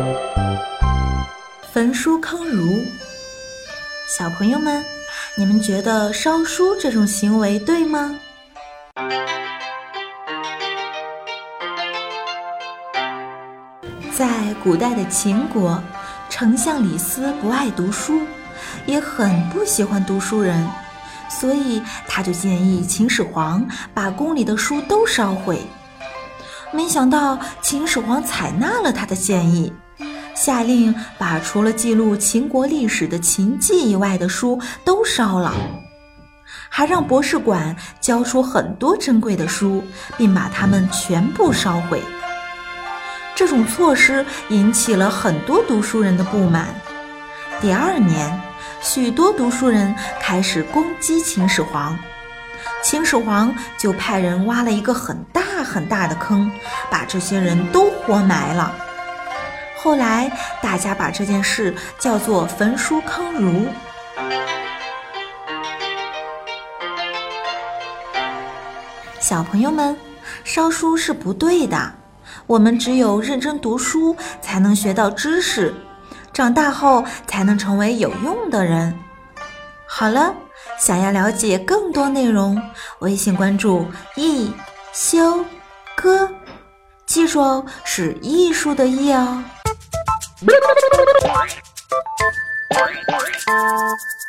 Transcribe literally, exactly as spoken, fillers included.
焚书坑儒。小朋友们，你们觉得烧书这种行为对吗？在古代的秦国，丞相李斯不爱读书，也很不喜欢读书人，所以他就建议秦始皇把宫里的书都烧毁。没想到秦始皇采纳了他的建议，下令把除了记录秦国历史的秦记以外的书都烧了，还让博士馆交出很多珍贵的书，并把它们全部烧毁。这种措施引起了很多读书人的不满。第二年，许多读书人开始攻击秦始皇，秦始皇就派人挖了一个很大很大的坑，把这些人都活埋了。后来大家把这件事叫做焚书坑儒。小朋友们，烧书是不对的，我们只有认真读书才能学到知识，长大后才能成为有用的人。好了，想要了解更多内容，微信关注艺修哥，记住哦，是艺术的艺哦。